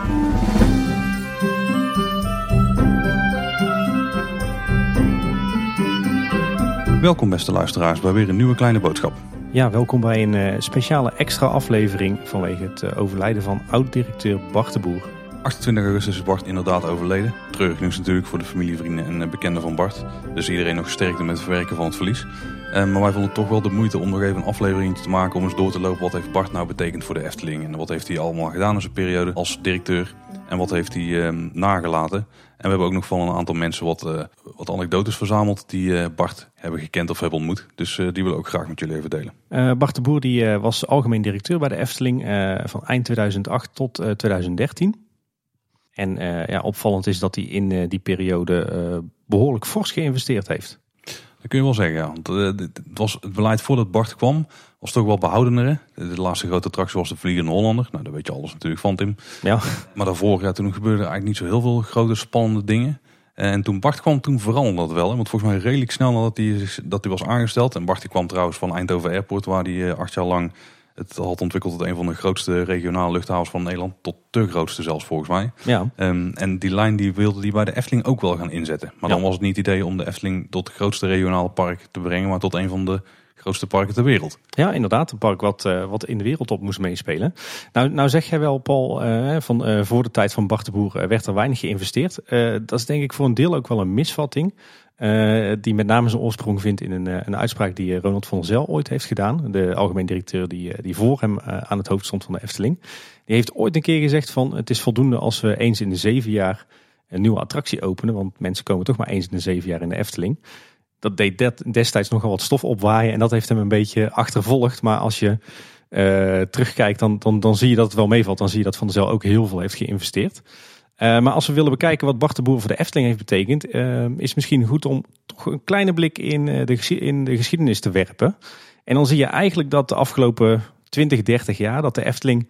Welkom beste luisteraars bij weer een nieuwe kleine boodschap. Ja, welkom bij een speciale extra aflevering vanwege het overlijden van oud-directeur Bart de Boer. 28 augustus is Bart inderdaad overleden. Treurig nieuws natuurlijk voor de familie, vrienden en bekenden van Bart. Dus iedereen nog sterkte met het verwerken van het verlies. Maar wij vonden het toch wel de moeite om nog even een aflevering te maken om eens door te lopen. Wat heeft Bart nou betekend voor de Efteling? En wat heeft hij allemaal gedaan in zijn periode als directeur? En wat heeft hij nagelaten? En we hebben ook nog van een aantal mensen wat anekdotes verzameld die Bart hebben gekend of hebben ontmoet. Dus die willen we ook graag met jullie even delen. Bart de Boer die, was algemeen directeur bij de Efteling van eind 2008 tot 2013. En opvallend is dat hij in die periode behoorlijk fors geïnvesteerd heeft. Dat kun je wel zeggen, ja. Want het beleid voordat Bart kwam was toch wel behoudener. De laatste grote attractie was de Vliegende Hollander. Nou, daar weet je alles natuurlijk van, Tim. Ja. Maar daarvoor, toen gebeurde eigenlijk niet zo heel veel grote spannende dingen. En toen Bart kwam, toen veranderde dat wel. Hè? Want volgens mij redelijk snel nadat hij was aangesteld. En Bart die kwam trouwens van Eindhoven Airport, waar hij 8 jaar lang het had ontwikkeld tot een van de grootste regionale luchthavens van Nederland. Tot de grootste zelfs volgens mij. Ja. En die lijn die wilde hij bij de Efteling ook wel gaan inzetten. Maar dan was het niet het idee om de Efteling tot het grootste regionale park te brengen. Maar tot een van de grootste parken ter wereld. Ja, inderdaad. Een park wat in de wereldtop moest meespelen. Nou zeg jij wel, Paul, voor de tijd van Bart de Boer werd er weinig geïnvesteerd. Dat is denk ik voor een deel ook wel een misvatting. Die met name zijn oorsprong vindt in een uitspraak die Ronald van der Zijl ooit heeft gedaan. De algemeen directeur die voor hem aan het hoofd stond van de Efteling. Die heeft ooit een keer gezegd van het is voldoende als we eens in de 7 jaar een nieuwe attractie openen. Want mensen komen toch maar eens in de 7 jaar in de Efteling. Dat deed destijds nogal wat stof opwaaien en dat heeft hem een beetje achtervolgd. Maar als je terugkijkt dan zie je dat het wel meevalt. Dan zie je dat Van der Zijl ook heel veel heeft geïnvesteerd. Maar als we willen bekijken wat Bart de Boer voor de Efteling heeft betekend, is het misschien goed om toch een kleine blik in de geschiedenis te werpen. En dan zie je eigenlijk dat de afgelopen 20, 30 jaar dat de Efteling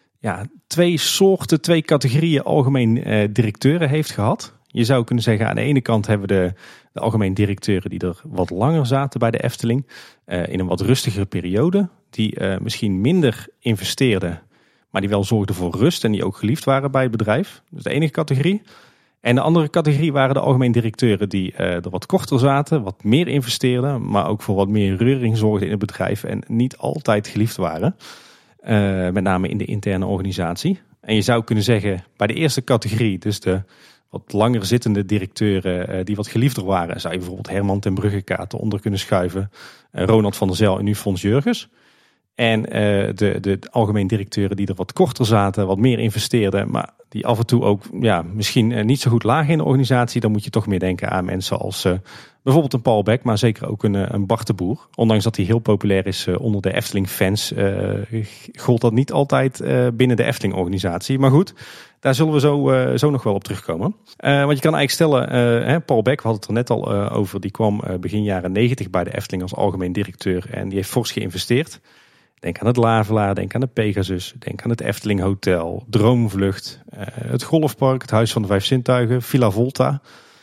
twee categorieën algemeen directeuren heeft gehad. Je zou kunnen zeggen, aan de ene kant hebben we de algemeen directeuren die er wat langer zaten bij de Efteling. In een wat rustigere periode. Die misschien minder investeerden, maar die wel zorgden voor rust en die ook geliefd waren bij het bedrijf. Dat is de ene categorie. En de andere categorie waren de algemeen directeuren die er wat korter zaten, wat meer investeerden, maar ook voor wat meer reuring zorgden in het bedrijf en niet altijd geliefd waren. Met name in de interne organisatie. En je zou kunnen zeggen, bij de eerste categorie, dus de wat langer zittende directeuren die wat geliefder waren, zou je bijvoorbeeld Herman ten Bruggekaat eronder kunnen schuiven, Ronald van der Zijl en nu Fons Jurgens. En de algemeen directeuren die er wat korter zaten, wat meer investeerden, maar die af en toe ook misschien niet zo goed lagen in de organisatie. Dan moet je toch meer denken aan mensen als bijvoorbeeld een Paul Beck, maar zeker ook een Bart de Boer. Ondanks dat hij heel populair is onder de Efteling-fans, gold dat niet altijd binnen de Efteling-organisatie. Maar goed, daar zullen we zo nog wel op terugkomen. Want je kan eigenlijk stellen, Paul Beck, we hadden het er net al over, die kwam begin jaren 90 bij de Efteling als algemeen directeur en die heeft fors geïnvesteerd. Denk aan het Lavelaar, denk aan de Pegasus, denk aan het Efteling Hotel, Droomvlucht, het Golfpark, het Huis van de Vijf Zintuigen, Villa Volta.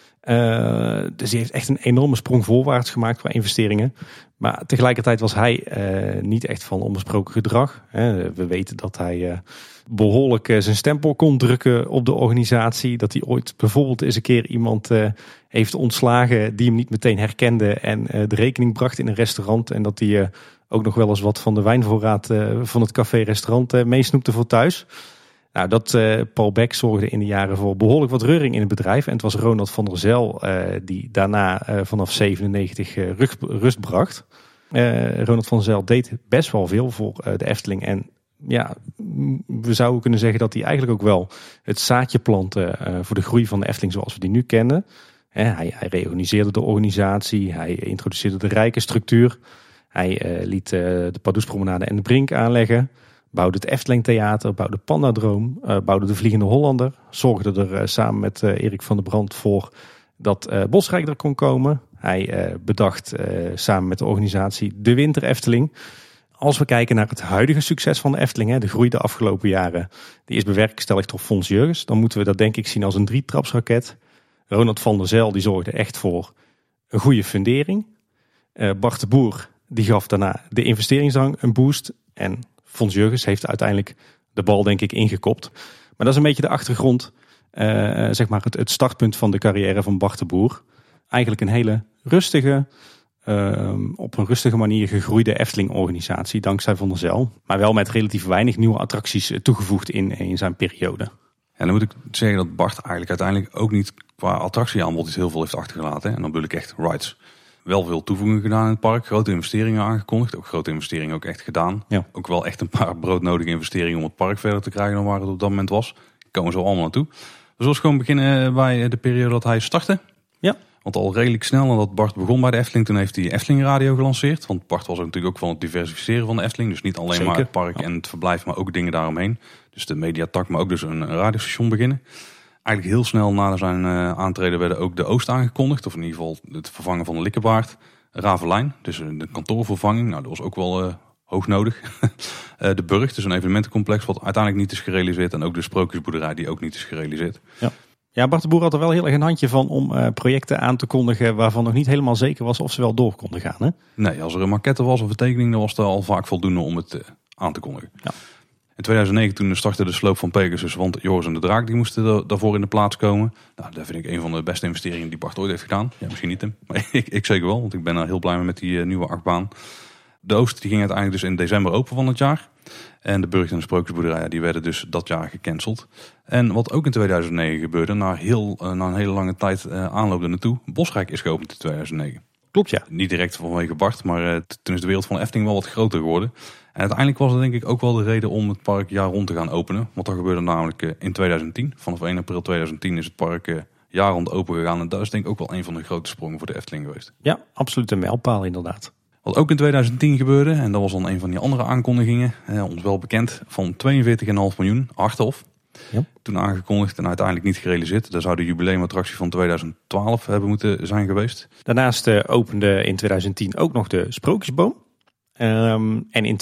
Dus die heeft echt een enorme sprong voorwaarts gemaakt qua investeringen. Maar tegelijkertijd was hij niet echt van onbesproken gedrag. We weten dat hij behoorlijk zijn stempel kon drukken op de organisatie. Dat hij ooit bijvoorbeeld eens een keer iemand heeft ontslagen die hem niet meteen herkende en de rekening bracht in een restaurant. En dat hij ook nog wel eens wat van de wijnvoorraad van het café-restaurant meesnoepte voor thuis. Nou, dat Paul Beck zorgde in de jaren voor behoorlijk wat reuring in het bedrijf. En het was Ronald van der Zijl die daarna vanaf 97 rust bracht. Ronald van der Zijl deed best wel veel voor de Efteling. En ja, we zouden kunnen zeggen dat hij eigenlijk ook wel het zaadje plantte voor de groei van de Efteling zoals we die nu kennen. Hij reorganiseerde de organisatie, hij introduceerde de rijkenstructuur. Hij liet de Pardoespromenade en de Brink aanleggen. Bouwde het Efteling Theater, bouwde Pandadroom, bouwde de Vliegende Hollander. Zorgde er samen met Erik van der Brand voor dat Bosrijk er kon komen. Hij bedacht samen met de organisatie de Winter Efteling. Als we kijken naar het huidige succes van de Efteling, de groei de afgelopen jaren, die is bewerkstelligd door Fons Jurgens. Dan moeten we dat denk ik zien als een 3-trapsraket. Ronald van der Zijl die zorgde echt voor een goede fundering. Bart de Boer die gaf daarna de investeringsdrang een boost. En Fons Jurgens heeft uiteindelijk de bal denk ik ingekopt. Maar dat is een beetje de achtergrond, zeg maar het startpunt van de carrière van Bart de Boer. Eigenlijk een hele rustige, op een rustige manier gegroeide Efteling-organisatie, dankzij Van der Zijl. Maar wel met relatief weinig nieuwe attracties toegevoegd in zijn periode. En dan moet ik zeggen dat Bart eigenlijk uiteindelijk ook niet qua attractieaanbod iets heel veel heeft achtergelaten. Hè. En dan bedoel ik echt rides. Wel veel toevoegingen gedaan in het park, grote investeringen aangekondigd. Ook grote investeringen ook echt gedaan. Ja. Ook wel echt een paar broodnodige investeringen om het park verder te krijgen dan waar het op dat moment was. Daar komen zo allemaal naartoe. Dus zullen we gewoon beginnen bij de periode dat hij startte. Ja. Want al redelijk snel nadat Bart begon bij de Efteling, toen heeft hij Efteling Radio gelanceerd. Want Bart was ook natuurlijk ook van het diversificeren van de Efteling. Dus niet alleen Zeker. maar het park en het verblijf, maar ook dingen daaromheen. Dus de mediatak, maar ook dus een radiostation beginnen. Eigenlijk heel snel na zijn aantreden werden ook de Oost aangekondigd. Of in ieder geval het vervangen van de Likkebaard. Ravelijn, dus de kantoorvervanging. Nou, dat was ook wel hoog nodig. De Burg, dus een evenementencomplex wat uiteindelijk niet is gerealiseerd. En ook de Sprookjesboerderij die ook niet is gerealiseerd. Ja, Bart de Boer had er wel heel erg een handje van om projecten aan te kondigen waarvan nog niet helemaal zeker was of ze wel door konden gaan. Hè? Nee, als er een maquette was of een tekening, dan was het al vaak voldoende om het aan te kondigen. Ja. In 2009 toen startte de sloop van Pegasus, want Joris en de Draak die moesten daarvoor in de plaats komen. Nou, dat vind ik een van de beste investeringen die Bart ooit heeft gedaan. Ja, misschien niet hem, maar ik zeker wel, want ik ben er heel blij mee met die nieuwe achtbaan. De Oost die ging uiteindelijk dus in december open van het jaar. En de Burg en de Sprookjesboerderij die werden dus dat jaar gecanceld. En wat ook in 2009 gebeurde, na een hele lange tijd aanloop er naartoe, Bosrijk is geopend in 2009. Klopt, ja. Niet direct vanwege Bart, maar toen is de wereld van de Efteling wel wat groter geworden. En uiteindelijk was het denk ik ook wel de reden om het park jaar rond te gaan openen. Want dat gebeurde namelijk in 2010. Vanaf 1 april 2010 is het park jaar rond open gegaan. En dat is denk ik ook wel een van de grote sprongen voor de Efteling geweest. Ja, absoluut een mijlpaal inderdaad. Wat ook in 2010 gebeurde, en dat was dan een van die andere aankondigingen, ons wel bekend, van 42,5 miljoen, Harthof. Ja. Toen aangekondigd en uiteindelijk niet gerealiseerd. Daar zou de jubileumattractie van 2012 hebben moeten zijn geweest. Daarnaast opende in 2010 ook nog de Sprookjesboom. En in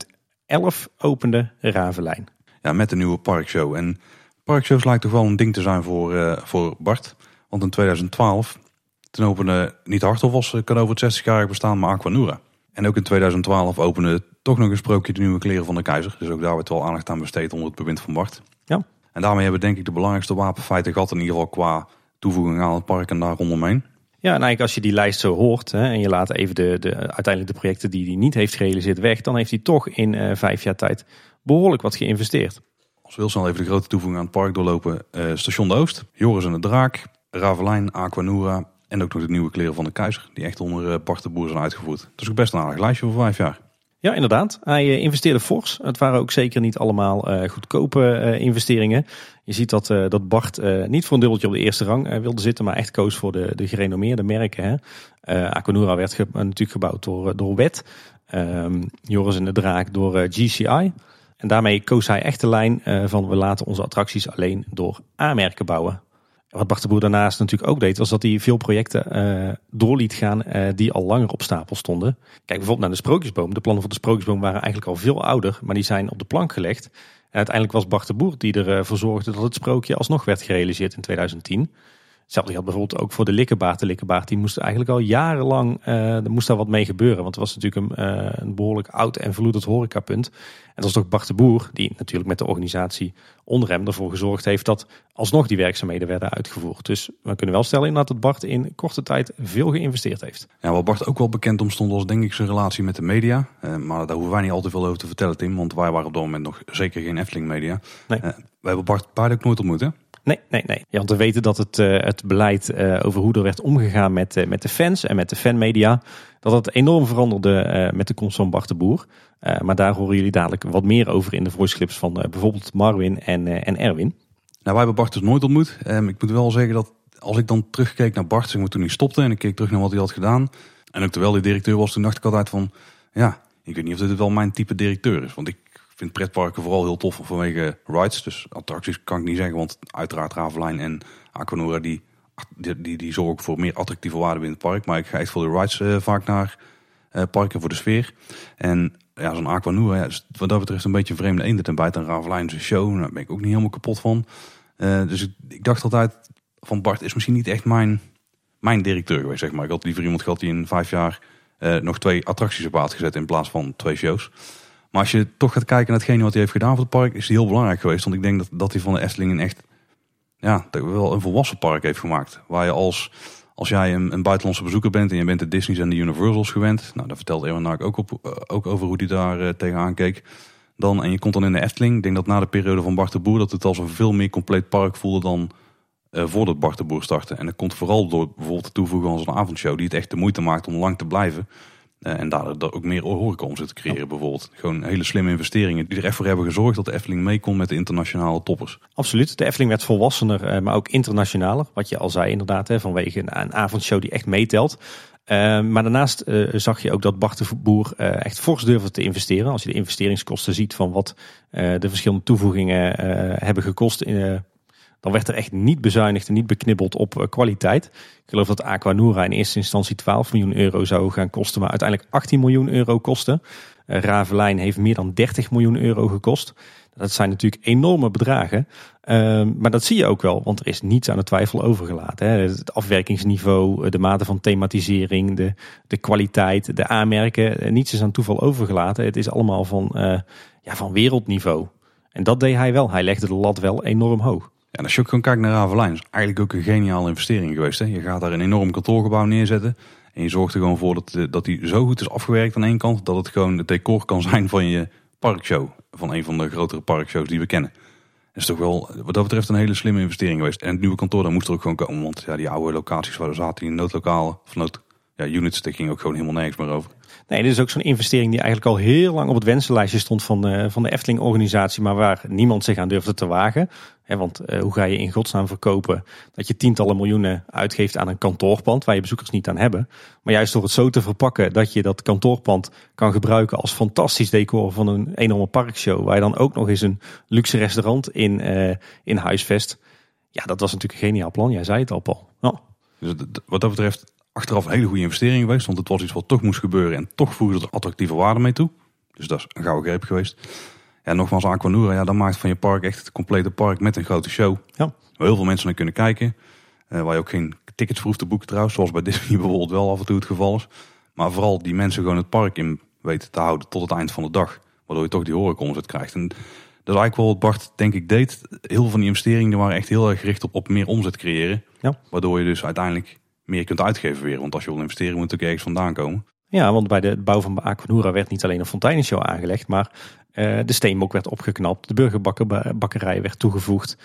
2011 opende Ravelijn. Ja, met de nieuwe parkshow. En parkshows lijkt toch wel een ding te zijn voor Bart. Want in 2012, toen opende niet Harthof als cadeau voor het 60-jarig bestaan, maar Aquanura. En ook in 2012 opende toch nog een sprookje de nieuwe kleren van de keizer. Dus ook daar werd wel aandacht aan besteed onder het bewind van Bart. Ja. En daarmee hebben we denk ik de belangrijkste wapenfeiten gehad, in ieder geval qua toevoeging aan het park en daar rondomheen. Ja, en eigenlijk als je die lijst zo hoort en je laat even uiteindelijk de projecten die hij niet heeft gerealiseerd weg, dan heeft hij toch in 5 jaar tijd behoorlijk wat geïnvesteerd. Als we heel snel even de grote toevoeging aan het park doorlopen. Station de Oost, Joris en de Draak, Ravelijn, Aquanura en ook nog de nieuwe kleren van de keizer. Die echt onder Bart de Boer zijn uitgevoerd. Dat is ook best een aardig lijstje voor 5 jaar. Ja, inderdaad. Hij investeerde fors. Het waren ook zeker niet allemaal goedkope investeringen. Je ziet dat Bart niet voor een dubbeltje op de eerste rang wilde zitten, maar echt koos voor de gerenommeerde merken. Hè. Aquanura werd natuurlijk gebouwd door WET. Joris en de Draak door GCI. En daarmee koos hij echt de lijn van we laten onze attracties alleen door A-merken bouwen. Wat Bart de Boer daarnaast natuurlijk ook deed, was dat hij veel projecten door liet gaan die al langer op stapel stonden. Kijk bijvoorbeeld naar de Sprookjesboom. De plannen voor de Sprookjesboom waren eigenlijk al veel ouder, maar die zijn op de plank gelegd. En uiteindelijk was Bart de Boer die ervoor zorgde dat het sprookje alsnog werd gerealiseerd in 2010. Hetzelfde geldt bijvoorbeeld ook voor de Likkebaard. De Likkebaard die moest eigenlijk al jarenlang, er moest daar wat mee gebeuren. Want het was natuurlijk een behoorlijk oud en verloederd horecapunt. En dat was toch Bart de Boer, die natuurlijk met de organisatie onder hem ervoor gezorgd heeft dat alsnog die werkzaamheden werden uitgevoerd. Dus we kunnen wel stellen inderdaad dat Bart in korte tijd veel geïnvesteerd heeft. Ja, wat Bart ook wel bekend om stond was denk ik zijn relatie met de media. Maar daar hoeven wij niet al te veel over te vertellen, Tim. Want wij waren op dat moment nog zeker geen Efteling media. Nee. We hebben Bart beide ook nooit ontmoet, hè? Nee. Ja, want we weten dat het beleid over hoe er werd omgegaan met de fans en met de fanmedia, dat het enorm veranderde met de komst van Bart de Boer. Maar daar horen jullie dadelijk wat meer over in de voice clips van bijvoorbeeld Marwin en Erwin. Nou, wij hebben Bart dus nooit ontmoet. Ik moet wel zeggen dat als ik dan terugkeek naar Bart, zeg maar, toen hij stopte en ik keek terug naar wat hij had gedaan. En ook terwijl hij directeur was, toen dacht ik altijd van, ja, ik weet niet of dit wel mijn type directeur is. Want ik vind pretparken vooral heel tof vanwege rides. Dus attracties kan ik niet zeggen, want uiteraard Ravelijn en Aquanura die zorgen voor meer attractieve waarde binnen het park. Maar ik ga echt voor de rides vaak naar parken voor de sfeer. En ja, zo'n Aquanura is wat dat betreft een beetje een vreemde eend ten bijt. En Ravelijn is een show, daar ben ik ook niet helemaal kapot van. Dus ik dacht altijd van Bart is misschien niet echt mijn directeur geweest, zeg maar. Ik had liever iemand gehad die in 5 jaar nog 2 attracties op had gezet in plaats van 2 shows. Maar als je toch gaat kijken naar hetgene wat hij heeft gedaan voor het park, is hij heel belangrijk geweest. Want ik denk dat hij van de Efteling een echt, wel een volwassen park heeft gemaakt. Waar je als jij een buitenlandse bezoeker bent en je bent de Disney's en de Universals gewend. Nou, daar vertelt Erwin Naak ook over hoe hij daar tegenaan keek. En je komt dan in de Efteling. Ik denk dat na de periode van Bart de Boer dat het als een veel meer compleet park voelde dan voordat Bart de Boer startte. En dat komt vooral door bijvoorbeeld te toevoegen aan zo'n avondshow die het echt de moeite maakt om lang te blijven. En daardoor ook meer horeca-omzet te creëren bijvoorbeeld. Gewoon hele slimme investeringen die er echt voor hebben gezorgd dat de Efteling mee kon met de internationale toppers. Absoluut. De Efteling werd volwassener, maar ook internationaler. Wat je al zei inderdaad, vanwege een avondshow die echt meetelt. Maar daarnaast zag je ook dat Bart de Boer echt fors durfde te investeren. Als je de investeringskosten ziet van wat de verschillende toevoegingen hebben gekost, dan werd er echt niet bezuinigd en niet beknibbeld op kwaliteit. Ik geloof dat Aquanura in eerste instantie 12 miljoen euro zou gaan kosten, maar uiteindelijk 18 miljoen euro kosten. Ravelijn heeft meer dan 30 miljoen euro gekost. Dat zijn natuurlijk enorme bedragen. Maar dat zie je ook wel, want er is niets aan de twijfel overgelaten. Hè. Het afwerkingsniveau, de mate van thematisering, de kwaliteit, de aanmerken. Niets is aan toeval overgelaten. Het is allemaal van wereldniveau. En dat deed hij wel. Hij legde de lat wel enorm hoog. Ja, en als je ook gewoon kijkt naar Ravelijn, is eigenlijk ook een geniale investering geweest. Hè. Je gaat daar een enorm kantoorgebouw neerzetten. En je zorgt er gewoon voor dat die zo goed is afgewerkt aan één kant, dat het gewoon het decor kan zijn van je parkshow. Van een van de grotere parkshows die we kennen. Dat is toch wel, wat dat betreft, een hele slimme investering geweest. En het nieuwe kantoor, daar moest er ook gewoon komen. Want die oude locaties waar we zaten, die noodlokalen, units, daar ging ook gewoon helemaal nergens meer over. Nee, dit is ook zo'n investering die eigenlijk al heel lang op het wensenlijstje stond van de Efteling-organisatie, maar waar niemand zich aan durfde te wagen. Want hoe ga je in godsnaam verkopen dat je tientallen miljoenen uitgeeft aan een kantoorpand waar je bezoekers niet aan hebben. Maar juist door het zo te verpakken dat je dat kantoorpand kan gebruiken als fantastisch decor van een enorme parkshow, waar je dan ook nog eens een luxe restaurant in huisvest. Ja, dat was natuurlijk een geniaal plan. Jij zei het al, Paul. Ja. Dus wat dat betreft achteraf een hele goede investering geweest. Want het was iets wat toch moest gebeuren. En toch voegde er attractieve waarde mee toe. Dus dat is een gouden greep geweest. Ja, nogmaals, Aquanura, dat maakt van je park echt het complete park met een grote show. Ja. Waar heel veel mensen naar kunnen kijken. Waar je ook geen tickets voor hoeft te boeken trouwens. Zoals bij Disney bijvoorbeeld wel af en toe het geval is. Maar vooral die mensen gewoon het park in weten te houden tot het eind van de dag. Waardoor je toch die horecaomzet krijgt. En dat is eigenlijk wel wat Bart denk ik deed. Heel veel van die investeringen waren echt heel erg gericht op meer omzet creëren. Ja. Waardoor je dus uiteindelijk meer kunt uitgeven weer. Want als je wil investeren moet het ook ergens vandaan komen. Ja, want bij de bouw van Aquanura werd niet alleen een fonteinenshow aangelegd, maar de Steenbok werd opgeknapt. De burgerbakkerij werd toegevoegd.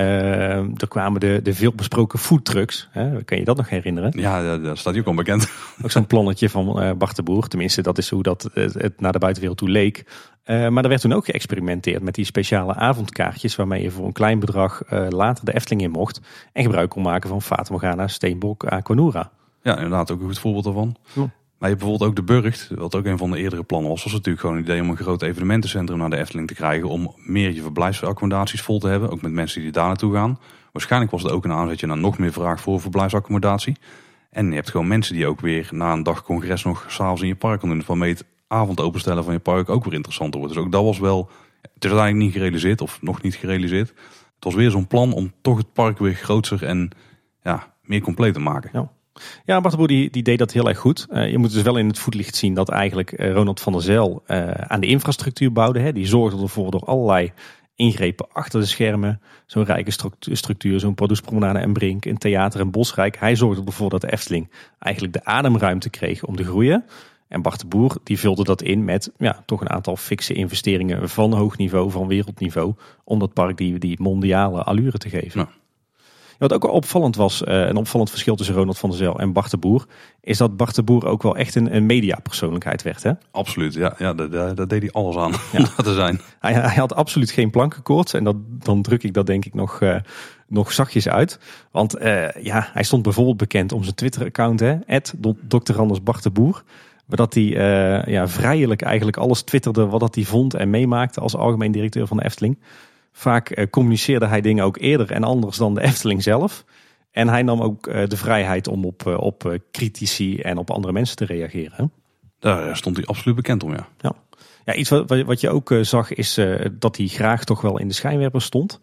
Er kwamen de veelbesproken foodtrucks. Kan je dat nog herinneren? Ja, dat staat ook al bekend. Ook zo'n plannetje van Bart de Boer. Tenminste, dat is hoe dat het naar de buitenwereld toe leek. Maar er werd toen ook geëxperimenteerd met die speciale avondkaartjes, waarmee je voor een klein bedrag later de Efteling in mocht. En gebruik kon maken van Fata Morgana, Steenbok, Aquanura. Ja, inderdaad ook een goed voorbeeld daarvan. Ja. Maar je hebt bijvoorbeeld ook de Burgt, wat ook een van de eerdere plannen was natuurlijk gewoon een idee om een groot evenementencentrum naar de Efteling te krijgen. Om meer je verblijfsaccommodaties vol te hebben, ook met mensen die daar naartoe gaan. Waarschijnlijk was het ook een aanzetje naar nog meer vraag voor verblijfsaccommodatie. En je hebt gewoon mensen die ook weer na een dag congres nog s'avonds in je park kan doen. Waarmee het avond openstellen van je park ook weer interessanter wordt. Dus ook dat was wel, het is uiteindelijk niet gerealiseerd of nog niet gerealiseerd. Het was weer zo'n plan om toch het park weer groter en meer compleet te maken. Ja. Ja, Bart de Boer die deed dat heel erg goed. Je moet dus wel in het voetlicht zien dat eigenlijk Ronald van der Zijl aan de infrastructuur bouwde. Hè. Die zorgde ervoor door allerlei ingrepen achter de schermen. Zo'n rijke structuur, zo'n Pardoespromenade en Brink, een theater en Bosrijk. Hij zorgde ervoor dat de Efteling eigenlijk de ademruimte kreeg om te groeien. En Bart de Boer die vulde dat in met toch een aantal fikse investeringen van hoog niveau, van wereldniveau. Om dat park die mondiale allure te geven. Ja. Wat ook wel opvallend was, een opvallend verschil tussen Ronald van der Zijl en Bart de Boer, is dat Bart de Boer ook wel echt een mediapersoonlijkheid werd. Hè? Absoluut, ja, daar deed hij alles aan om dat te zijn. Hij had absoluut geen plankenkoorts en dan druk ik dat denk ik nog zachtjes uit. Want hij stond bijvoorbeeld bekend om zijn Twitter-account, @DrAndersBartDeBoer. Maar dat hij vrijelijk eigenlijk alles twitterde wat hij vond en meemaakte als algemeen directeur van de Efteling. Vaak communiceerde hij dingen ook eerder en anders dan de Efteling zelf. En hij nam ook de vrijheid om op critici en op andere mensen te reageren. Daar stond hij absoluut bekend om, ja. Ja, iets wat je ook zag is dat hij graag toch wel in de schijnwerpers stond.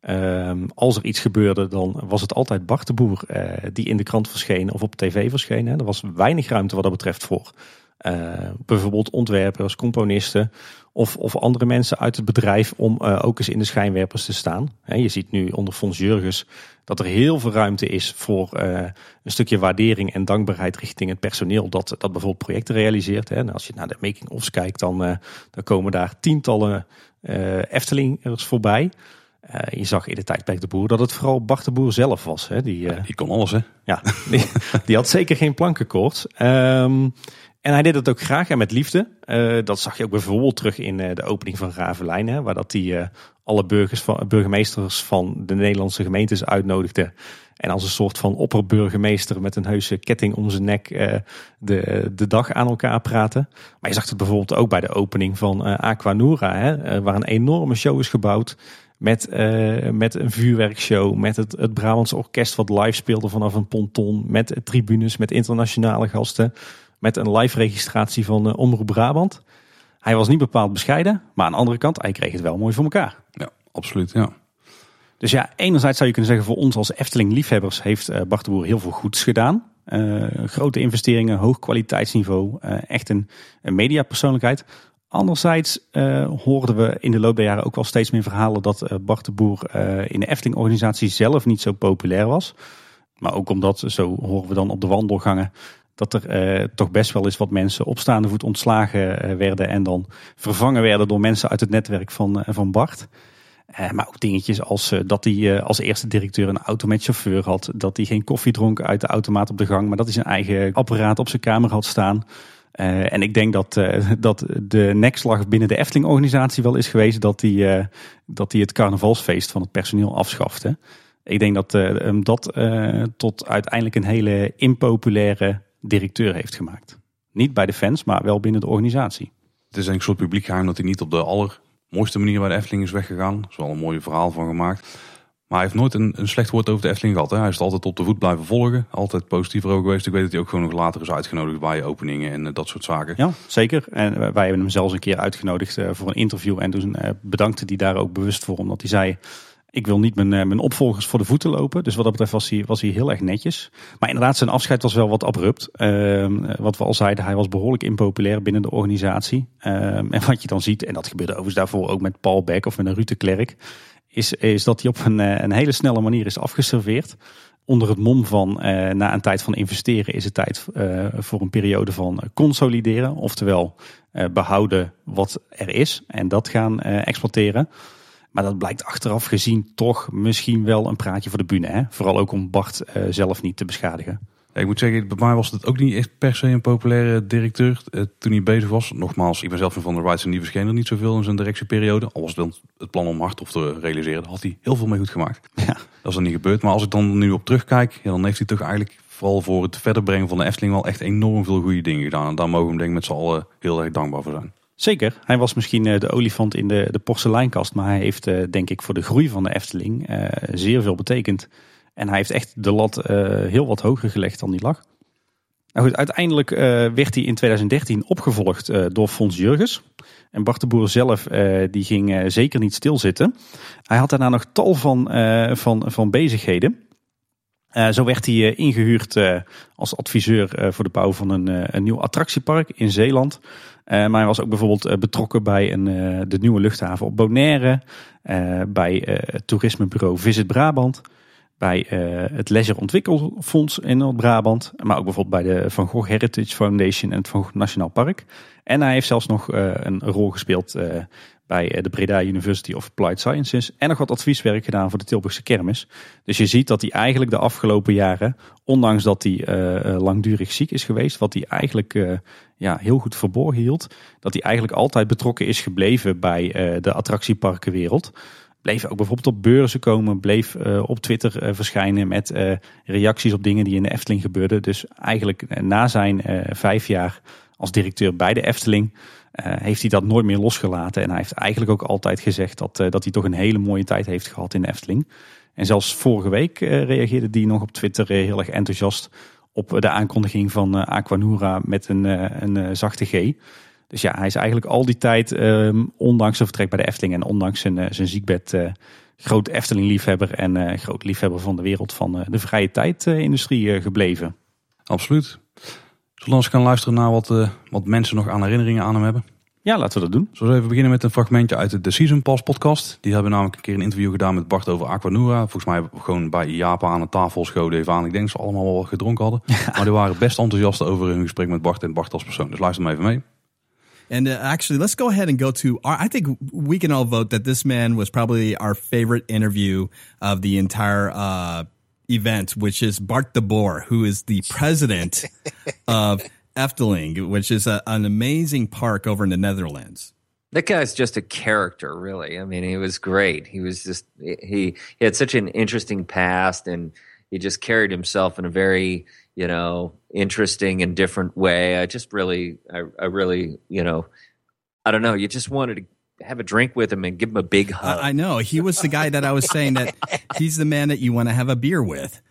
Als er iets gebeurde, dan was het altijd Bart de Boer die in de krant verscheen of op tv verscheen. Hè. Er was weinig ruimte wat dat betreft voor Bijvoorbeeld ontwerpers, componisten of andere mensen uit het bedrijf om ook eens in de schijnwerpers te staan. Je ziet nu onder Fons Jurgens dat er heel veel ruimte is voor een stukje waardering en dankbaarheid richting het personeel dat bijvoorbeeld projecten realiseert. En als je naar de making-ofs kijkt, dan komen daar tientallen Eftelingers voorbij. Je zag in de tijdperk de Boer dat het vooral Bart de Boer zelf was. Hè? Die kon alles, hè? Ja, die had zeker geen plankenkoorts. En hij deed het ook graag en met liefde. Dat zag je ook bijvoorbeeld terug in de opening van Ravelijn. Hè, waar dat hij alle burgemeesters van de Nederlandse gemeentes uitnodigde. En als een soort van opperburgemeester met een heuse ketting om zijn nek de dag aan elkaar praten. Maar je zag het bijvoorbeeld ook bij de opening van Aquanura. Hè, waar een enorme show is gebouwd. Met een vuurwerkshow, met het Brabantse orkest wat live speelde vanaf een ponton. Met tribunes, met internationale gasten. Met een live registratie van Omroep Brabant. Hij was niet bepaald bescheiden, maar aan de andere kant, hij kreeg het wel mooi voor elkaar. Ja, absoluut, ja. Dus ja, enerzijds zou je kunnen zeggen, voor ons als Efteling-liefhebbers heeft Bart de Boer heel veel goeds gedaan. Grote investeringen, hoog kwaliteitsniveau, echt een mediapersoonlijkheid. Anderzijds hoorden we in de loop der jaren ook wel steeds meer verhalen dat Bart de Boer in de Efteling-organisatie zelf niet zo populair was. Maar ook omdat, zo horen we dan op de wandelgangen, dat er toch best wel eens wat mensen op staande voet ontslagen werden en dan vervangen werden door mensen uit het netwerk van Bart. Maar ook dingetjes als dat hij als eerste directeur een auto met chauffeur had. Dat hij geen koffie dronk uit de automaat op de gang, maar dat hij zijn eigen apparaat op zijn kamer had staan. En ik denk dat de nekslag binnen de Efteling-organisatie wel is geweest dat hij het carnavalsfeest van het personeel afschafte. Ik denk dat hem dat tot uiteindelijk een hele impopulaire directeur heeft gemaakt. Niet bij de fans, maar wel binnen de organisatie. Het is een soort publiek geheim dat hij niet op de allermooiste manier bij de Efteling is weggegaan. Er is wel een mooi verhaal van gemaakt. Maar hij heeft nooit een slecht woord over de Efteling gehad. Hè. Hij is het altijd op de voet blijven volgen. Altijd positief erover geweest. Ik weet dat hij ook gewoon nog later is uitgenodigd bij openingen en dat soort zaken. Ja, zeker. En wij hebben hem zelfs een keer uitgenodigd voor een interview. En toen bedankte hij daar ook bewust voor. Omdat hij zei, ik wil niet mijn opvolgers voor de voeten lopen. Dus wat dat betreft was hij heel erg netjes. Maar inderdaad, zijn afscheid was wel wat abrupt. Wat we al zeiden, hij was behoorlijk impopulair binnen de organisatie. En wat je dan ziet, en dat gebeurde overigens daarvoor ook met Paul Beck of met een Ruud de Klerk, is dat hij op een hele snelle manier is afgeserveerd. Onder het mom van, na een tijd van investeren, is het tijd voor een periode van consolideren. Oftewel behouden wat er is en dat gaan exploiteren. Maar dat blijkt achteraf gezien toch misschien wel een praatje voor de bühne. Hè? Vooral ook om Bart zelf niet te beschadigen. Ja, ik moet zeggen, bij mij was het ook niet echt per se een populaire directeur toen hij bezig was. Nogmaals, ik ben zelf van de Rights en die verscheen er niet zoveel in zijn directieperiode. Al was het plan om Harthof te realiseren, daar had hij heel veel mee goed gemaakt. Ja. Dat is er niet gebeurd. Maar als ik dan nu op terugkijk, ja, dan heeft hij toch eigenlijk vooral voor het verder brengen van de Efteling wel echt enorm veel goede dingen gedaan. En daar mogen we hem denk ik met z'n allen heel erg dankbaar voor zijn. Zeker. Hij was misschien de olifant in de porseleinkast. Maar hij heeft denk ik voor de groei van de Efteling zeer veel betekend. En hij heeft echt de lat heel wat hoger gelegd dan die lag. Nou goed, uiteindelijk werd hij in 2013 opgevolgd door Fons Jurgens. En Bart de Boer zelf die ging zeker niet stilzitten. Hij had daarna nog tal van bezigheden. Zo werd hij ingehuurd als adviseur voor de bouw van een nieuw attractiepark in Zeeland. Maar hij was ook bijvoorbeeld betrokken bij de nieuwe luchthaven op Bonaire. Bij het toerismebureau Visit Brabant. Bij het Leisure Ontwikkelfonds in Noord-Brabant. Maar ook bijvoorbeeld bij de Van Gogh Heritage Foundation en het Van Gogh Nationaal Park. En hij heeft zelfs nog een rol gespeeld bij de Breda University of Applied Sciences. En nog wat advieswerk gedaan voor de Tilburgse Kermis. Dus je ziet dat hij eigenlijk de afgelopen jaren, ondanks dat hij langdurig ziek is geweest, wat hij eigenlijk heel goed verborgen hield, dat hij eigenlijk altijd betrokken is gebleven bij de attractieparkenwereld. Bleef ook bijvoorbeeld op beurzen komen, bleef op Twitter verschijnen met reacties op dingen die in de Efteling gebeurden. Dus eigenlijk na zijn 5 jaar als directeur bij de Efteling heeft hij dat nooit meer losgelaten. En hij heeft eigenlijk ook altijd gezegd dat hij toch een hele mooie tijd heeft gehad in de Efteling. En zelfs vorige week reageerde hij nog op Twitter heel erg enthousiast op de aankondiging van Aquanura met een zachte G. Dus ja, hij is eigenlijk al die tijd, ondanks zijn vertrek bij de Efteling en ondanks zijn ziekbed, groot Efteling-liefhebber en groot liefhebber van de wereld van de vrije tijd-industrie gebleven. Absoluut. Zullen we eens gaan luisteren naar wat mensen nog aan herinneringen aan hem hebben? Ja, laten we dat doen. Zullen we even beginnen met een fragmentje uit de Season Pass podcast. Die hebben namelijk een keer een interview gedaan met Bart over Aquanura. Volgens mij gewoon bij IAPA aan de tafel schoten even aan. Ik denk dat ze allemaal wel wat gedronken hadden. Ja. Maar die waren best enthousiast over hun gesprek met Bart en Bart als persoon. Dus luister maar even mee. And actually, let's go ahead and go to I think we can all vote that this man was probably our favorite interview of the entire event, which is Bart de Boer, who is the president of Efteling, which is an amazing park over in the Netherlands. That guy's just a character, really. I mean, he was great. He was just he had such an interesting past, and he just carried himself in a very, interesting and different way. I really, I don't know. You just wanted to have a drink with him and give him a big hug. I know. He was the guy that I was saying that he's the man that you want to have a beer with.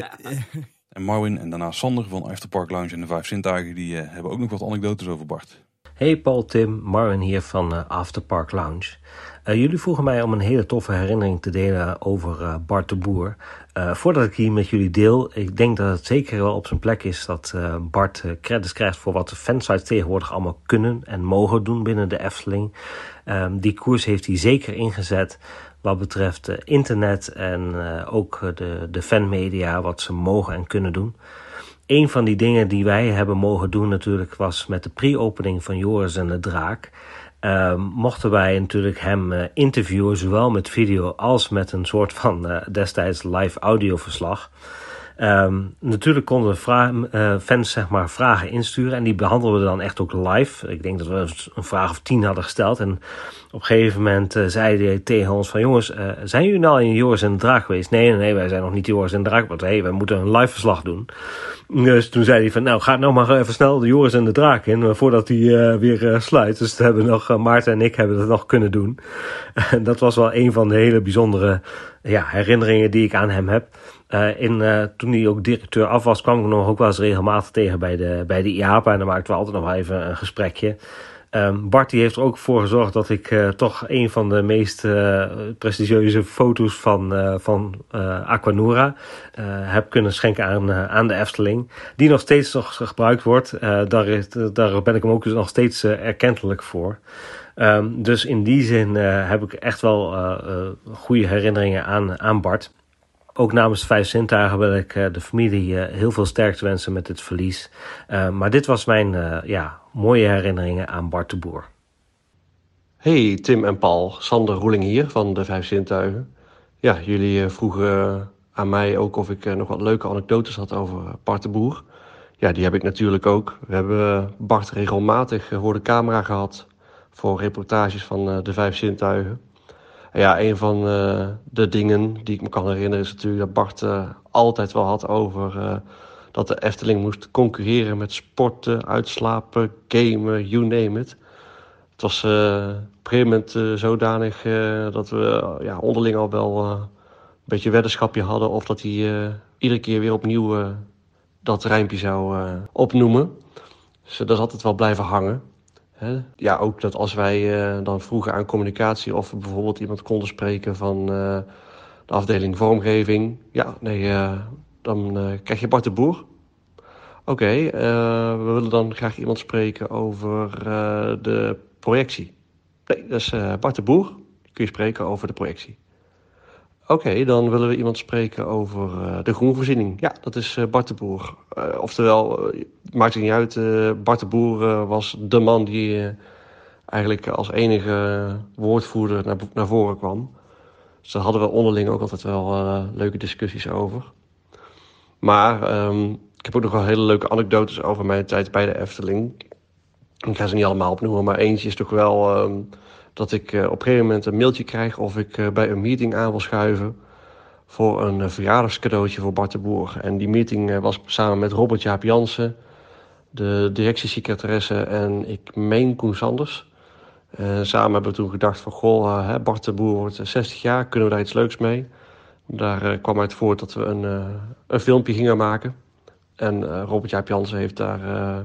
En Marwin en daarna Sander van Afterpark Lounge en de Vijf Zintuigen, die hebben ook nog wat anekdotes over Bart. Hey Paul, Tim, Marwin hier van Afterpark Lounge. Jullie vroegen mij om een hele toffe herinnering te delen over Bart de Boer. Voordat ik die met jullie deel, ik denk dat het zeker wel op zijn plek is dat Bart credits krijgt voor wat de fansites tegenwoordig allemaal kunnen en mogen doen binnen de Efteling. Die koers heeft hij zeker ingezet wat betreft internet en ook de fanmedia, wat ze mogen en kunnen doen. Een van die dingen die wij hebben mogen doen natuurlijk was met de pre-opening van Joris en de Draak. Mochten wij natuurlijk hem interviewen, zowel met video als met een soort van destijds live audioverslag. Natuurlijk konden we fans vragen insturen en die behandelden we dan echt ook live. Ik denk dat we een vraag of 10 hadden gesteld en op een gegeven moment zei hij tegen ons van jongens, zijn jullie nou in Joris en de Draak geweest? Nee, wij zijn nog niet Joris en de Draak, want wij moeten een live verslag doen. Dus toen zei hij van nou, ga nou maar even snel de Joris en de Draak in, voordat hij weer sluit. Dus dat hebben nog, Maarten en ik hebben dat nog kunnen doen. Dat was wel een van de hele bijzondere herinneringen die ik aan hem heb. Toen hij ook directeur af was, kwam ik hem nog ook wel eens regelmatig tegen bij de IAPA. En dan maakten we altijd nog wel even een gesprekje. Bart die heeft er ook voor gezorgd dat ik toch een van de meest prestigieuze foto's van Aquanura heb kunnen schenken aan de Efteling. Die nog steeds gebruikt wordt. Daar ben ik hem ook nog steeds erkentelijk voor. Dus in die zin heb ik echt wel goede herinneringen aan Bart. Ook namens de Vijf Zintuigen wil ik de familie heel veel sterkte wensen met het verlies. Maar dit was mijn mooie herinneringen aan Bart de Boer. Hey Tim en Paul, Sander Roeling hier van de Vijf Zintuigen. Ja, jullie vroegen aan mij ook of ik nog wat leuke anekdotes had over Bart de Boer. Ja, die heb ik natuurlijk ook. We hebben Bart regelmatig voor de camera gehad voor reportages van de Vijf Zintuigen. Ja, een van de dingen die ik me kan herinneren is natuurlijk dat Bart altijd wel had over dat de Efteling moest concurreren met sporten, uitslapen, gamen, you name it. Het was op een gegeven moment zodanig dat we onderling al wel een beetje weddenschapje hadden of dat hij iedere keer weer opnieuw dat rijmpje zou opnoemen. Dus dat is altijd wel blijven hangen. Ja, ook dat als wij dan vroegen aan communicatie of we bijvoorbeeld iemand konden spreken van de afdeling vormgeving. Ja, nee, dan krijg je Bart de Boer. Oké, we willen dan graag iemand spreken over de projectie. Nee, dat is Bart de Boer. Kun je spreken over de projectie. Oké, dan willen we iemand spreken over de groenvoorziening. Ja, dat is Bart de Boer. Oftewel, het maakt het niet uit. Bart de Boer was de man die eigenlijk als enige woordvoerder naar voren kwam. Dus daar hadden we onderling ook altijd wel leuke discussies over. Maar ik heb ook nog wel hele leuke anekdotes over mijn tijd bij de Efteling. Ik ga ze niet allemaal opnoemen, maar eentje is toch wel dat ik op een gegeven moment een mailtje krijg of ik bij een meeting aan wil schuiven voor een verjaardagscadeautje voor Bart de Boer. En die meeting was samen met Robert Jaap Jansen, de directiesecretaresse en ik meen Koen Sanders. Samen hebben we toen gedacht van Bart de Boer wordt 60 jaar, kunnen we daar iets leuks mee? Daar kwam uit voort dat we een filmpje gingen maken. En Robert Jaap Jansen heeft daar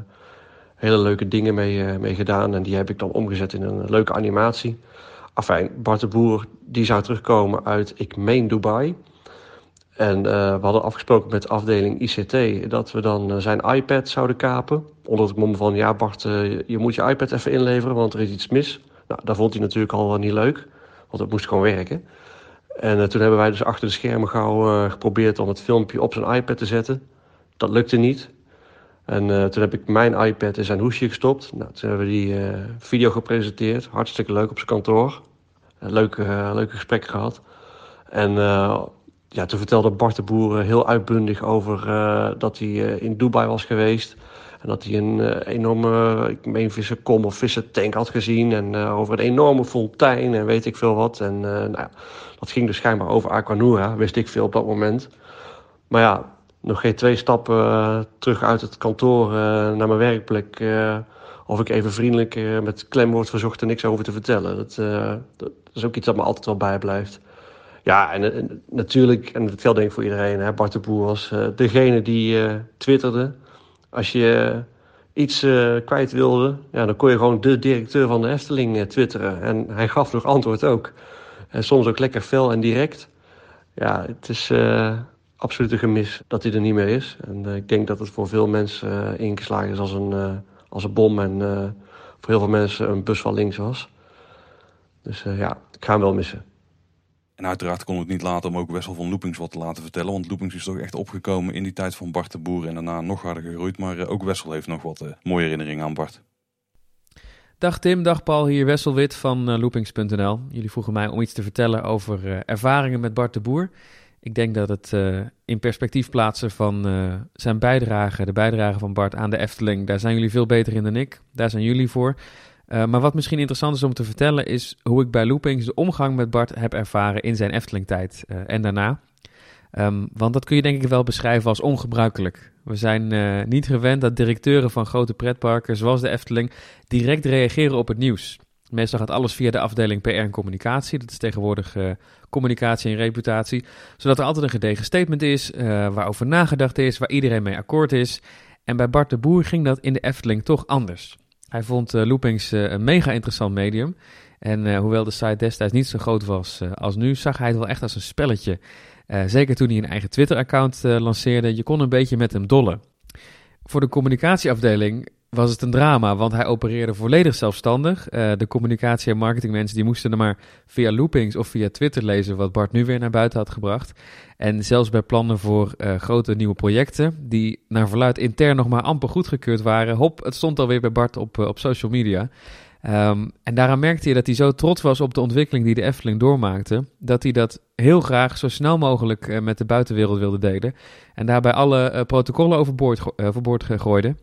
hele leuke dingen mee gedaan. En die heb ik dan omgezet in een leuke animatie. Afijn, Bart de Boer die zou terugkomen uit, ik meen Dubai. En we hadden afgesproken met de afdeling ICT dat we dan zijn iPad zouden kapen. Onder het mom van, ja Bart, je moet je iPad even inleveren, want er is iets mis. Nou, dat vond hij natuurlijk al niet leuk, want het moest gewoon werken. En toen hebben wij dus achter de schermen gauw geprobeerd om het filmpje op zijn iPad te zetten. Dat lukte niet. En toen heb ik mijn iPad in zijn hoesje gestopt. Nou, toen hebben we die video gepresenteerd. Hartstikke leuk op zijn kantoor. Leuke gesprekken gehad. En toen vertelde Bart de Boer heel uitbundig over dat hij in Dubai was geweest. En dat hij een enorme, ik meen vissenkom of vissentank had gezien. En over een enorme fontein en weet ik veel wat. En dat ging dus schijnbaar over Aquanura, wist ik veel op dat moment. Maar ja, nog geen 2 stappen terug uit het kantoor naar mijn werkplek. Of ik even vriendelijk met klem wordt verzocht er niks over te vertellen. Dat is ook iets dat me altijd wel bijblijft. Ja, en natuurlijk, en dat geldt denk ik voor iedereen, hè, Bart de Boer was degene die twitterde. Als je iets kwijt wilde, ja, dan kon je gewoon de directeur van de Efteling twitteren. En hij gaf nog antwoord ook. En soms ook lekker fel en direct. Ja, het is absoluut een gemis dat hij er niet meer is. En ik denk dat het voor veel mensen ingeslagen is als een bom. En voor heel veel mensen een bus van links was. Dus ik ga hem wel missen. En uiteraard kon het niet laten om ook Wessel van Loopings wat te laten vertellen. Want Loopings is toch echt opgekomen in die tijd van Bart de Boer. En daarna nog harder gegroeid. Maar ook Wessel heeft nog wat mooie herinneringen aan Bart. Dag Tim, dag Paul, hier Wessel Wit van loopings.nl. Jullie vroegen mij om iets te vertellen over ervaringen met Bart de Boer. Ik denk dat het in perspectief plaatsen van zijn bijdrage, de bijdrage van Bart aan de Efteling, daar zijn jullie veel beter in dan ik. Daar zijn jullie voor. Maar wat misschien interessant is om te vertellen is hoe ik bij Loopings de omgang met Bart heb ervaren in zijn Efteling-tijd en daarna. Want dat kun je denk ik wel beschrijven als ongebruikelijk. We zijn niet gewend dat directeuren van grote pretparken zoals de Efteling direct reageren op het nieuws. Meestal gaat alles via de afdeling PR en communicatie. Dat is tegenwoordig communicatie en reputatie. Zodat er altijd een gedegen statement is, waarover nagedacht is, waar iedereen mee akkoord is. En bij Bart de Boer ging dat in de Efteling toch anders. Hij vond Loopings een mega interessant medium. En hoewel de site destijds niet zo groot was als nu, zag hij het wel echt als een spelletje. Zeker toen hij een eigen Twitter-account lanceerde. Je kon een beetje met hem dollen. Voor de communicatieafdeling was het een drama, want hij opereerde volledig zelfstandig. De communicatie- en marketingmensen die moesten er maar via Loopings of via Twitter lezen wat Bart nu weer naar buiten had gebracht. En zelfs bij plannen voor grote nieuwe projecten, die naar verluid intern nog maar amper goedgekeurd waren. Hop, het stond alweer bij Bart op social media. En daaraan merkte je dat hij zo trots was op de ontwikkeling die de Efteling doormaakte, dat hij dat heel graag zo snel mogelijk met de buitenwereld wilde delen. En daarbij alle protocollen overboord gooide.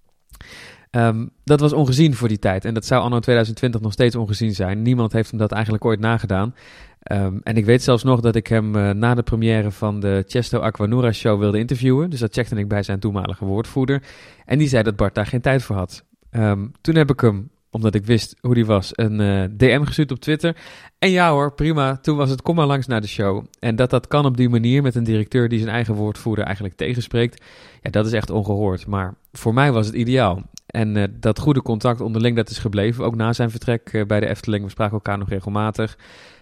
Dat was ongezien voor die tijd. En dat zou anno 2020 nog steeds ongezien zijn. Niemand heeft hem dat eigenlijk ooit nagedaan. En ik weet zelfs nog dat ik hem na de première van de Chesto Aquanura show wilde interviewen. Dus dat checkte ik bij zijn toenmalige woordvoerder. En die zei dat Bart daar geen tijd voor had. Toen heb ik hem, omdat ik wist hoe die was, een DM gestuurd op Twitter. En ja hoor, prima. Toen was het kom maar langs naar de show. En dat kan op die manier met een directeur die zijn eigen woordvoerder eigenlijk tegenspreekt. Ja, dat is echt ongehoord. Maar voor mij was het ideaal. En dat goede contact onderling, dat is gebleven. Ook na zijn vertrek bij de Efteling. We spraken elkaar nog regelmatig.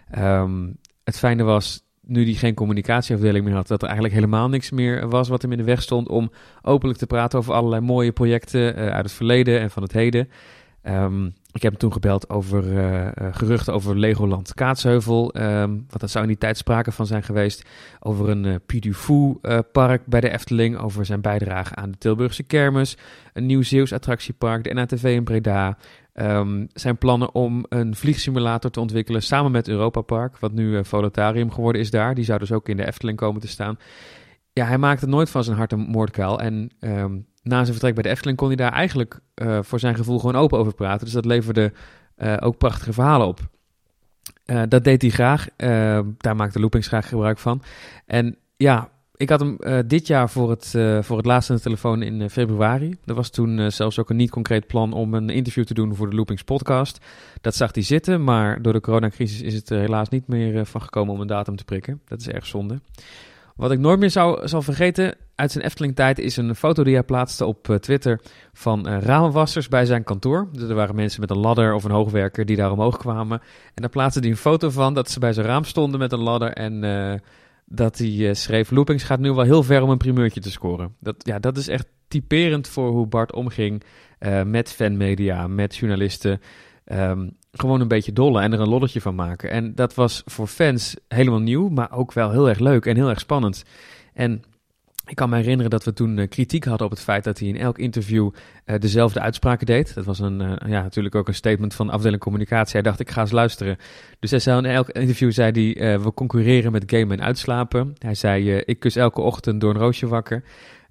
Het fijne was, nu hij geen communicatieafdeling meer had, dat er eigenlijk helemaal niks meer was wat hem in de weg stond om openlijk te praten over allerlei mooie projecten uit het verleden en van het heden. Ik heb hem toen gebeld over geruchten over Legoland Kaatsheuvel. Want dat zou in die tijd sprake van zijn geweest. Over een Puy du Fou park bij de Efteling. Over zijn bijdrage aan de Tilburgse kermis. Een nieuw Zeeuws attractiepark. De NATV in Breda. Zijn plannen om een vliegsimulator te ontwikkelen samen met Europa Park. Wat nu Volotarium geworden is daar. Die zou dus ook in de Efteling komen te staan. Ja, hij maakte nooit van zijn hart een moordkuil. En na zijn vertrek bij de Efteling kon hij daar eigenlijk voor zijn gevoel gewoon open over praten. Dus dat leverde ook prachtige verhalen op. Dat deed hij graag. Daar maakte Loopings graag gebruik van. En ja, ik had hem dit jaar voor het laatst aan de telefoon in februari. Er was toen zelfs ook een niet concreet plan om een interview te doen voor de Loopings podcast. Dat zag hij zitten, maar door de coronacrisis is het er helaas niet meer van gekomen om een datum te prikken. Dat is erg zonde. Wat ik nooit meer zal vergeten uit zijn Efteling-tijd is een foto die hij plaatste op Twitter van ramenwassers bij zijn kantoor. Dus er waren mensen met een ladder of een hoogwerker die daar omhoog kwamen. En daar plaatste hij een foto van dat ze bij zijn raam stonden met een ladder en dat hij schreef: Loopings gaat nu wel heel ver om een primeurtje te scoren. Dat is echt typerend voor hoe Bart omging met fanmedia, met journalisten. Gewoon een beetje dollen en er een lolletje van maken. En dat was voor fans helemaal nieuw, maar ook wel heel erg leuk en heel erg spannend. En ik kan me herinneren dat we toen kritiek hadden op het feit dat hij in elk interview dezelfde uitspraken deed. Dat was natuurlijk ook een statement van afdeling communicatie. Hij dacht, ik ga eens luisteren. Dus hij zei in elk interview, we concurreren met gamen en uitslapen. Hij zei, ik kus elke ochtend door een roosje wakker.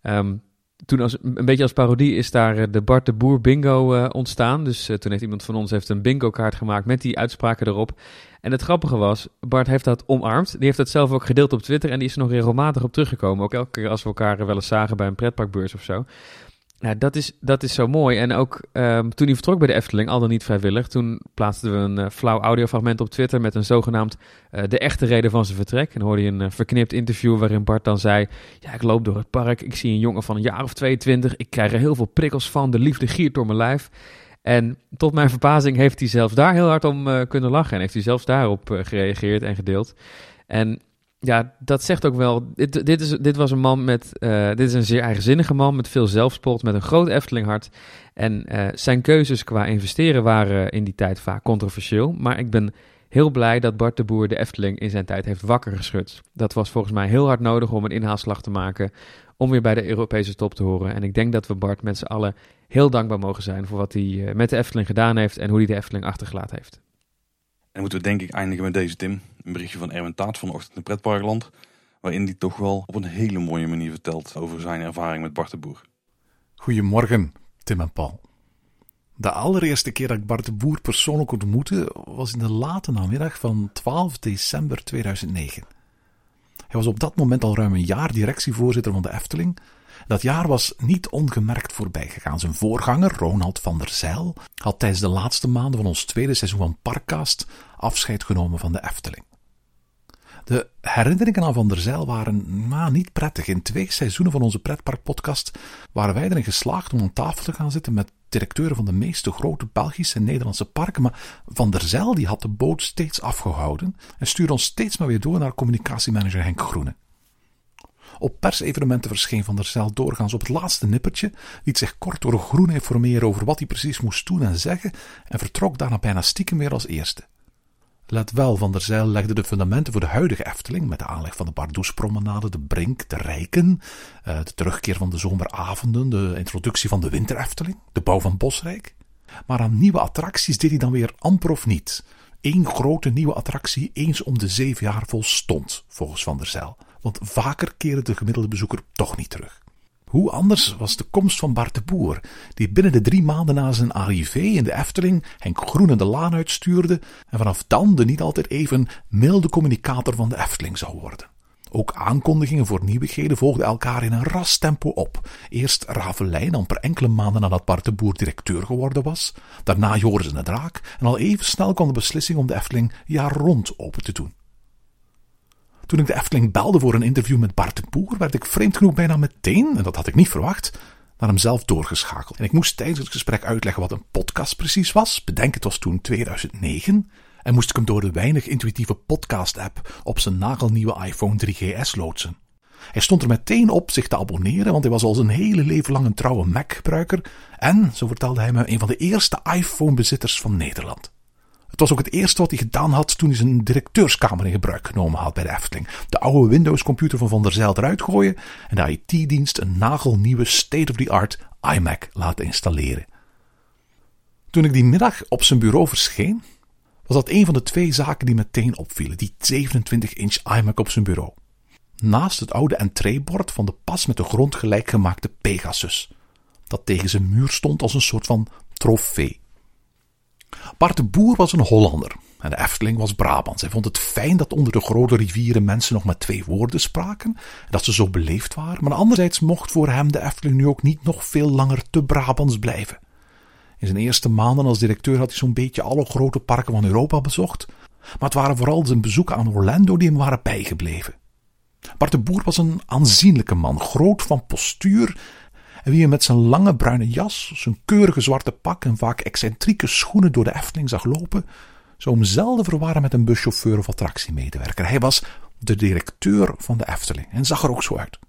Toen een beetje als parodie is daar de Bart de Boer bingo ontstaan. Dus toen heeft iemand van ons een bingo kaart gemaakt met die uitspraken erop. En het grappige was, Bart heeft dat omarmd. Die heeft dat zelf ook gedeeld op Twitter en die is er nog regelmatig op teruggekomen. Ook elke keer als we elkaar wel eens zagen bij een pretparkbeurs of zo. Ja, dat is zo mooi. En ook toen hij vertrok bij de Efteling, al dan niet vrijwillig, toen plaatsten we een flauw audiofragment op Twitter met een zogenaamd de echte reden van zijn vertrek. En dan hoorde je een verknipt interview waarin Bart dan zei, ja, ik loop door het park, ik zie een jongen van een jaar of 22, ik krijg er heel veel prikkels van, de liefde giert door mijn lijf. En tot mijn verbazing heeft hij zelfs daar heel hard om kunnen lachen en heeft hij zelfs daarop gereageerd en gedeeld. En ja, dat zegt ook wel, dit was een man dit is een zeer eigenzinnige man met veel zelfspot, met een groot Eftelinghart. En zijn keuzes qua investeren waren in die tijd vaak controversieel. Maar ik ben heel blij dat Bart de Boer de Efteling in zijn tijd heeft wakker geschud. Dat was volgens mij heel hard nodig om een inhaalslag te maken, om weer bij de Europese top te horen. En ik denk dat we Bart met z'n allen heel dankbaar mogen zijn voor wat hij met de Efteling gedaan heeft en hoe hij de Efteling achtergelaten heeft. En moeten we denk ik eindigen met deze, Tim. Een berichtje van Erwin Taat vanochtend in Pretparkland, waarin hij toch wel op een hele mooie manier vertelt over zijn ervaring met Bart de Boer. Goedemorgen, Tim en Paul. De allereerste keer dat ik Bart de Boer persoonlijk ontmoette was in de late namiddag van 12 december 2009. Hij was op dat moment al ruim een jaar directievoorzitter van de Efteling. Dat jaar was niet ongemerkt voorbij gegaan. Zijn voorganger, Ronald van der Zijl, had tijdens de laatste maanden van ons tweede seizoen van Parkcast afscheid genomen van de Efteling. De herinneringen aan Van der Zijl waren niet prettig. In 2 seizoenen van onze pretparkpodcast waren wij erin geslaagd om aan tafel te gaan zitten met directeuren van de meeste grote Belgische en Nederlandse parken, maar Van der Zijl die had de boot steeds afgehouden en stuurde ons steeds maar weer door naar communicatiemanager Henk Groene. Op persevenementen verscheen Van der Zijl doorgaans op het laatste nippertje, liet zich kort door Groene informeren over wat hij precies moest doen en zeggen en vertrok daarna bijna stiekem weer als eerste. Let wel, Van der Zijl legde de fundamenten voor de huidige Efteling met de aanleg van de Pardoespromenade, de Brink, de Rijken, de terugkeer van de zomeravonden, de introductie van de Winter Efteling, de bouw van Bosrijk. Maar aan nieuwe attracties deed hij dan weer amper of niet. 1 grote nieuwe attractie eens om de 7 jaar volstond, volgens Van der Zijl. Want vaker keerde de gemiddelde bezoeker toch niet terug. Hoe anders was de komst van Bart de Boer, die binnen de 3 maanden na zijn arrivé in de Efteling Henk Groene de laan uitstuurde en vanaf dan de niet altijd even milde communicator van de Efteling zou worden. Ook aankondigingen voor nieuwigheden volgden elkaar in een ras tempo op. Eerst Ravelijn, amper enkele maanden nadat Bart de Boer directeur geworden was. Daarna Joris en de Draak en al even snel kwam de beslissing om de Efteling jaar rond open te doen. Toen ik de Efteling belde voor een interview met Bart de Boer, werd ik vreemd genoeg bijna meteen, en dat had ik niet verwacht, naar hem zelf doorgeschakeld. En ik moest tijdens het gesprek uitleggen wat een podcast precies was. Bedenk, het was toen 2009. En moest ik hem door de weinig intuïtieve podcast-app op zijn nagelnieuwe iPhone 3GS loodsen. Hij stond er meteen op zich te abonneren, want hij was al zijn hele leven lang een trouwe Mac-gebruiker. En, zo vertelde hij me, een van de eerste iPhone-bezitters van Nederland. Het was ook het eerste wat hij gedaan had toen hij zijn directeurskamer in gebruik genomen had bij de Efteling. De oude Windows-computer van Van der Zijl eruit gooien en de IT-dienst een nagelnieuwe state-of-the-art iMac laten installeren. Toen ik die middag op zijn bureau verscheen, was dat een van de 2 zaken die meteen opvielen, die 27-inch iMac op zijn bureau. Naast het oude entreebord van de pas met de grond gelijk gemaakte Pegasus, dat tegen zijn muur stond als een soort van trofee. Bart de Boer was een Hollander en de Efteling was Brabants. Hij vond het fijn dat onder de grote rivieren mensen nog met 2 woorden spraken en dat ze zo beleefd waren, maar anderzijds mocht voor hem de Efteling nu ook niet nog veel langer te Brabants blijven. In zijn eerste maanden als directeur had hij zo'n beetje alle grote parken van Europa bezocht, maar het waren vooral zijn bezoeken aan Orlando die hem waren bijgebleven. Bart de Boer was een aanzienlijke man, groot van postuur, en wie hem met zijn lange bruine jas, zijn keurige zwarte pak en vaak excentrieke schoenen door de Efteling zag lopen, zou hem zelden verwarren met een buschauffeur of attractiemedewerker. Hij was de directeur van de Efteling en zag er ook zo uit.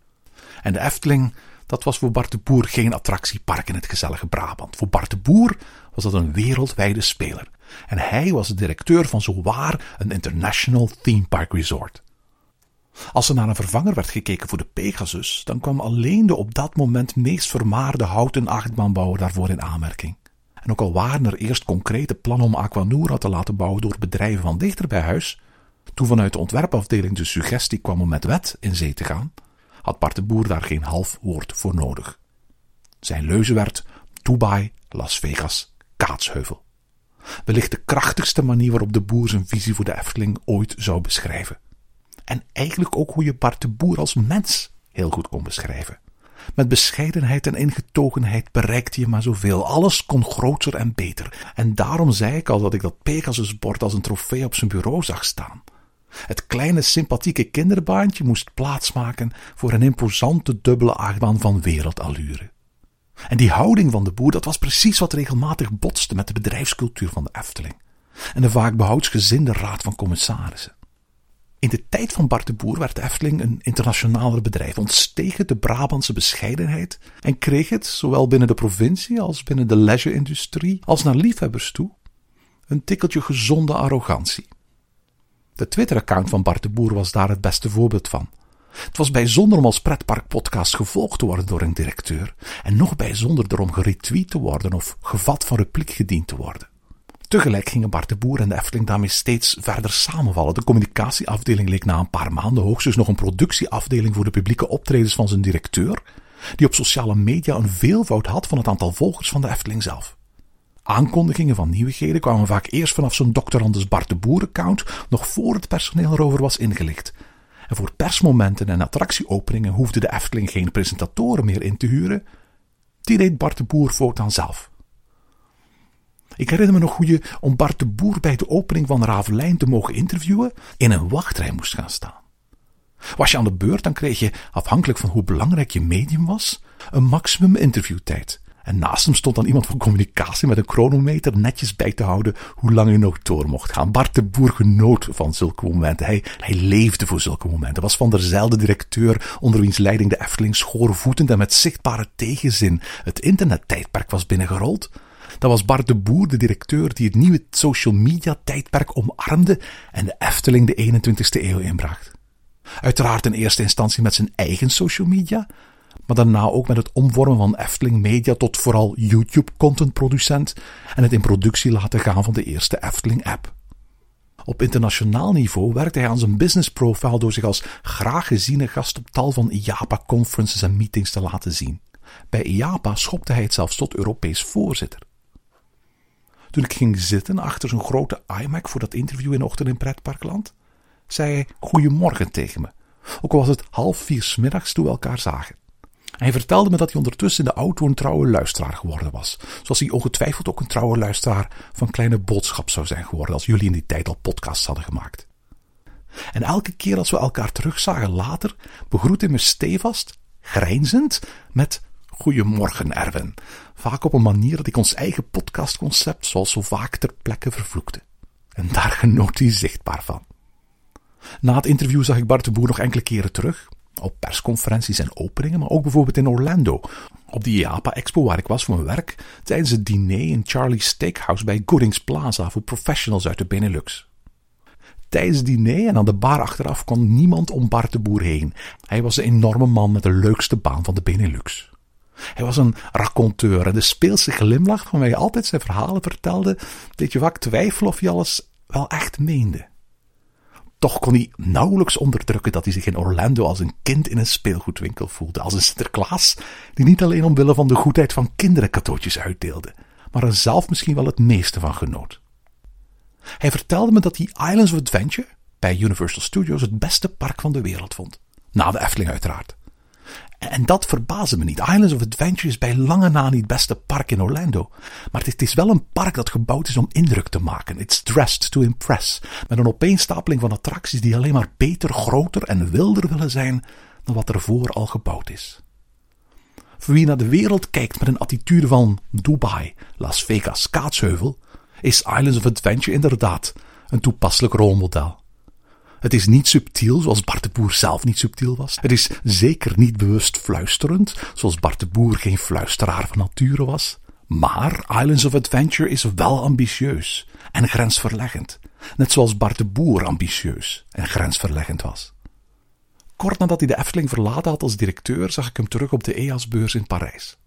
En de Efteling, dat was voor Bart de Boer geen attractiepark in het gezellige Brabant. Voor Bart de Boer was dat een wereldwijde speler. En hij was de directeur van zowaar een international theme park resort. Als er naar een vervanger werd gekeken voor de Pegasus, dan kwam alleen de op dat moment meest vermaarde houten achtbaanbouwer daarvoor in aanmerking. En ook al waren er eerst concrete plannen om Aquanura te laten bouwen door bedrijven van dichter bij huis, toen vanuit de ontwerpafdeling de suggestie kwam om met wet in zee te gaan, had Bart de Boer daar geen half woord voor nodig. Zijn leuze werd Dubai, Las Vegas, Kaatsheuvel. Wellicht de krachtigste manier waarop de Boer zijn visie voor de Efteling ooit zou beschrijven. En eigenlijk ook hoe je Bart de Boer als mens heel goed kon beschrijven. Met bescheidenheid en ingetogenheid bereikte je maar zoveel. Alles kon groter en beter. En daarom zei ik al dat ik dat Pegasusbord als een trofee op zijn bureau zag staan. Het kleine sympathieke kinderbaantje moest plaatsmaken voor een imposante dubbele achtbaan van wereldallure. En die houding van de Boer, dat was precies wat regelmatig botste met de bedrijfscultuur van de Efteling. En de vaak behoudsgezinde raad van commissarissen. In de tijd van Bart de Boer werd de Efteling een internationaler bedrijf, ontsteeg het de Brabantse bescheidenheid en kreeg het, zowel binnen de provincie als binnen de leisure-industrie, als naar liefhebbers toe, een tikkeltje gezonde arrogantie. De Twitter-account van Bart de Boer was daar het beste voorbeeld van. Het was bijzonder om als pretparkpodcast gevolgd te worden door een directeur en nog bijzonderder om geretweet te worden of gevat van repliek gediend te worden. Tegelijk gingen Bart de Boer en de Efteling daarmee steeds verder samenvallen. De communicatieafdeling leek na een paar maanden hoogstens nog een productieafdeling voor de publieke optredens van zijn directeur, die op sociale media een veelvoud had van het aantal volgers van de Efteling zelf. Aankondigingen van nieuwigheden kwamen vaak eerst vanaf zijn doctorandus Bart de Boer-account, nog voor het personeel erover was ingelicht. En voor persmomenten en attractieopeningen hoefde de Efteling geen presentatoren meer in te huren. Die deed Bart de Boer voortaan zelf. Ik herinner me nog hoe je, om Bart de Boer bij de opening van Ravelijn te mogen interviewen, in een wachtrij moest gaan staan. Was je aan de beurt, dan kreeg je, afhankelijk van hoe belangrijk je medium was, een maximum interviewtijd. En naast hem stond dan iemand van communicatie met een chronometer netjes bij te houden hoe lang je nog door mocht gaan. Bart de Boer genoot van zulke momenten. Hij leefde voor zulke momenten. Was van der de directeur onder wiens leiding de Efteling schoorvoetend en met zichtbare tegenzin het internettijdperk was binnengerold. Dat was Bart de Boer, de directeur, die het nieuwe social media tijdperk omarmde en de Efteling de 21ste eeuw inbracht. Uiteraard in eerste instantie met zijn eigen social media, maar daarna ook met het omvormen van Efteling Media tot vooral YouTube-contentproducent en het in productie laten gaan van de eerste Efteling-app. Op internationaal niveau werkte hij aan zijn business profile door zich als graag geziene gast op tal van IAPA-conferences en meetings te laten zien. Bij IAPA schopte hij het zelfs tot Europees voorzitter. Toen ik ging zitten achter zo'n grote iMac voor dat interview in Ochtend in Pretparkland, zei hij goeiemorgen tegen me, ook al was het 3:30 's middags toen we elkaar zagen. Hij vertelde me dat hij ondertussen in de auto een trouwe luisteraar geworden was, zoals hij ongetwijfeld ook een trouwe luisteraar van Kleine Boodschap zou zijn geworden als jullie in die tijd al podcasts hadden gemaakt. En elke keer als we elkaar terugzagen later, begroette hij me stevast, grijnzend, met goeiemorgen Erwin, vaak op een manier dat ik ons eigen podcastconcept zoals zo vaak ter plekke vervloekte. En daar genoot hij zichtbaar van. Na het interview zag ik Bart de Boer nog enkele keren terug, op persconferenties en openingen, maar ook bijvoorbeeld in Orlando, op de IAPA Expo waar ik was voor mijn werk, tijdens het diner in Charlie's Steakhouse bij Goodings Plaza voor professionals uit de Benelux. Tijdens het diner en aan de bar achteraf kon niemand om Bart de Boer heen. Hij was een enorme man met de leukste baan van de Benelux. Hij was een raconteur en de speelse glimlach van wie hij altijd zijn verhalen vertelde, deed je vaak twijfelen of hij alles wel echt meende. Toch kon hij nauwelijks onderdrukken dat hij zich in Orlando als een kind in een speelgoedwinkel voelde. Als een Sinterklaas die niet alleen omwille van de goedheid van kinderen cadeautjes uitdeelde, maar er zelf misschien wel het meeste van genoot. Hij vertelde me dat hij Islands of Adventure bij Universal Studios het beste park van de wereld vond. Na de Efteling uiteraard. En dat verbaasde me niet. Islands of Adventure is bij lange na niet het beste park in Orlando. Maar het is wel een park dat gebouwd is om indruk te maken. It's dressed to impress. Met een opeenstapeling van attracties die alleen maar beter, groter en wilder willen zijn dan wat ervoor al gebouwd is. Voor wie naar de wereld kijkt met een attitude van Dubai, Las Vegas, Kaatsheuvel, is Islands of Adventure inderdaad een toepasselijk rolmodel. Het is niet subtiel, zoals Bart de Boer zelf niet subtiel was. Het is zeker niet bewust fluisterend, zoals Bart de Boer geen fluisteraar van nature was. Maar Islands of Adventure is wel ambitieus en grensverleggend. Net zoals Bart de Boer ambitieus en grensverleggend was. Kort nadat hij de Efteling verlaten had als directeur, zag ik hem terug op de EAS-beurs in Parijs.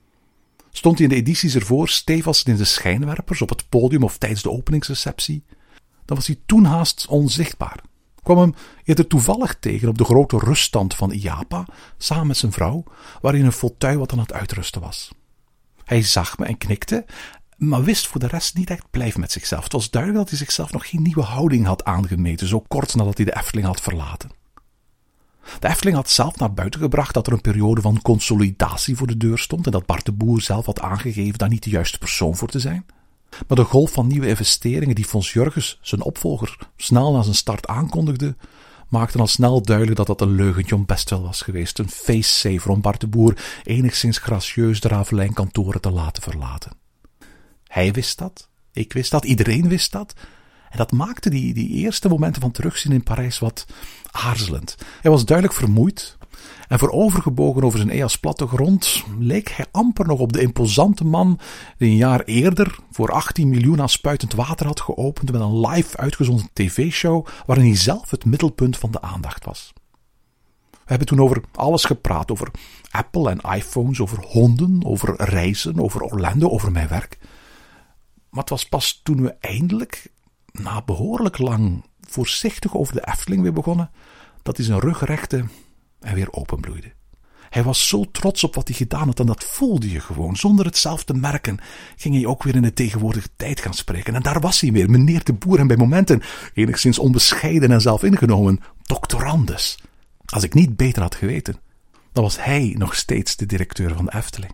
Stond hij in de edities ervoor stevig in de schijnwerpers op het podium of tijdens de openingsreceptie, dan was hij toen haast onzichtbaar. Ik kwam hem eerder toevallig tegen op de grote ruststand van IAPA, samen met zijn vrouw, waarin een fauteuil wat aan het uitrusten was. Hij zag me en knikte, maar wist voor de rest niet echt blijven met zichzelf. Het was duidelijk dat hij zichzelf nog geen nieuwe houding had aangemeten, zo kort nadat hij de Efteling had verlaten. De Efteling had zelf naar buiten gebracht dat er een periode van consolidatie voor de deur stond en dat Bart de Boer zelf had aangegeven daar niet de juiste persoon voor te zijn. Maar de golf van nieuwe investeringen die Fons Jurgens, zijn opvolger, snel na zijn start aankondigde, maakten al snel duidelijk dat dat een leugentje om best wel was geweest. Een face-saver om Bart de Boer enigszins gracieus de Ravelijn-kantoren te laten verlaten. Hij wist dat, ik wist dat, iedereen wist dat. En dat maakte die eerste momenten van terugzien in Parijs wat aarzelend. Hij was duidelijk vermoeid. En voorovergebogen over zijn EA's plattegrond leek hij amper nog op de imposante man die een jaar eerder voor 18 miljoen aan spuitend water had geopend met een live uitgezonden tv-show waarin hij zelf het middelpunt van de aandacht was. We hebben toen over alles gepraat, over Apple en iPhones, over honden, over reizen, over Orlando, over mijn werk. Maar het was pas toen we eindelijk, na behoorlijk lang voorzichtig over de Efteling weer begonnen, dat hij zijn rug rechte en weer openbloeide. Hij was zo trots op wat hij gedaan had en dat voelde je gewoon. Zonder het zelf te merken ging hij ook weer in de tegenwoordige tijd gaan spreken. En daar was hij weer, meneer de Boer, en bij momenten enigszins onbescheiden en zelfingenomen, doctorandus. Als ik niet beter had geweten, dan was hij nog steeds de directeur van de Efteling.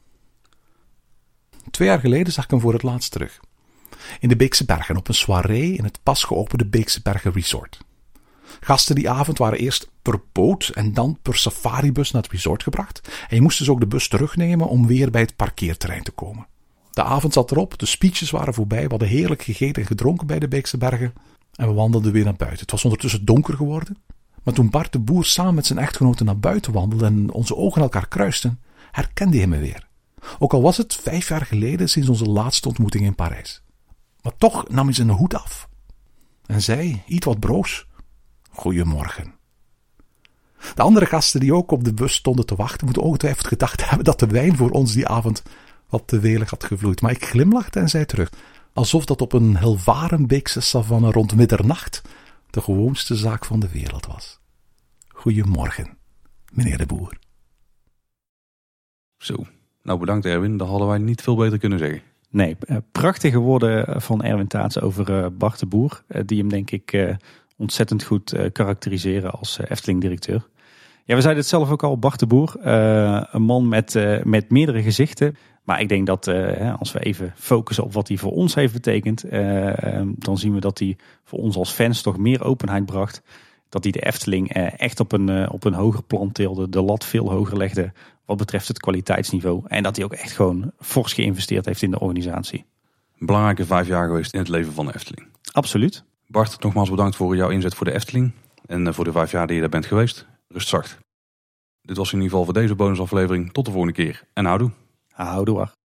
2 jaar geleden zag ik hem voor het laatst terug. In de Beekse Bergen op een soirée in het pas geopende Beekse Bergen Resort. Gasten die avond waren eerst per boot en dan per safaribus naar het resort gebracht. En je moest dus ook de bus terugnemen om weer bij het parkeerterrein te komen. De avond zat erop, de speeches waren voorbij, we hadden heerlijk gegeten en gedronken bij de Beekse Bergen. En we wandelden weer naar buiten. Het was ondertussen donker geworden. Maar toen Bart de Boer samen met zijn echtgenote naar buiten wandelde en onze ogen elkaar kruisten, herkende hij me weer. Ook al was het 5 jaar geleden sinds onze laatste ontmoeting in Parijs. Maar toch nam hij zijn hoed af en zei, iets wat broos, goeiemorgen. De andere gasten die ook op de bus stonden te wachten, moeten ongetwijfeld gedacht hebben dat de wijn voor ons die avond wat te welig had gevloeid. Maar ik glimlachte en zei terug, alsof dat op een Helvarenbeekse savanne rond middernacht de gewoonste zaak van de wereld was. Goeiemorgen, meneer de Boer. Zo, nou bedankt Erwin, dat hadden wij niet veel beter kunnen zeggen. Nee, prachtige woorden van Erwin Taats over Bart de Boer, die hem denk ik ontzettend goed karakteriseren als Efteling-directeur. Ja, we zeiden het zelf ook al, Bart de Boer, een man met meerdere gezichten. Maar ik denk dat als we even focussen op wat hij voor ons heeft betekend, dan zien we dat hij voor ons als fans toch meer openheid bracht. Dat hij de Efteling echt op een hoger plan tilde, de lat veel hoger legde wat betreft het kwaliteitsniveau. En dat hij ook echt gewoon fors geïnvesteerd heeft in de organisatie. Een belangrijke 5 jaar geweest in het leven van de Efteling. Absoluut. Bart, nogmaals bedankt voor jouw inzet voor de Efteling. En voor de 5 jaar die je daar bent geweest. Rust zacht. Dit was in ieder geval voor deze bonusaflevering. Tot de volgende keer. En houdoe. Houdoe.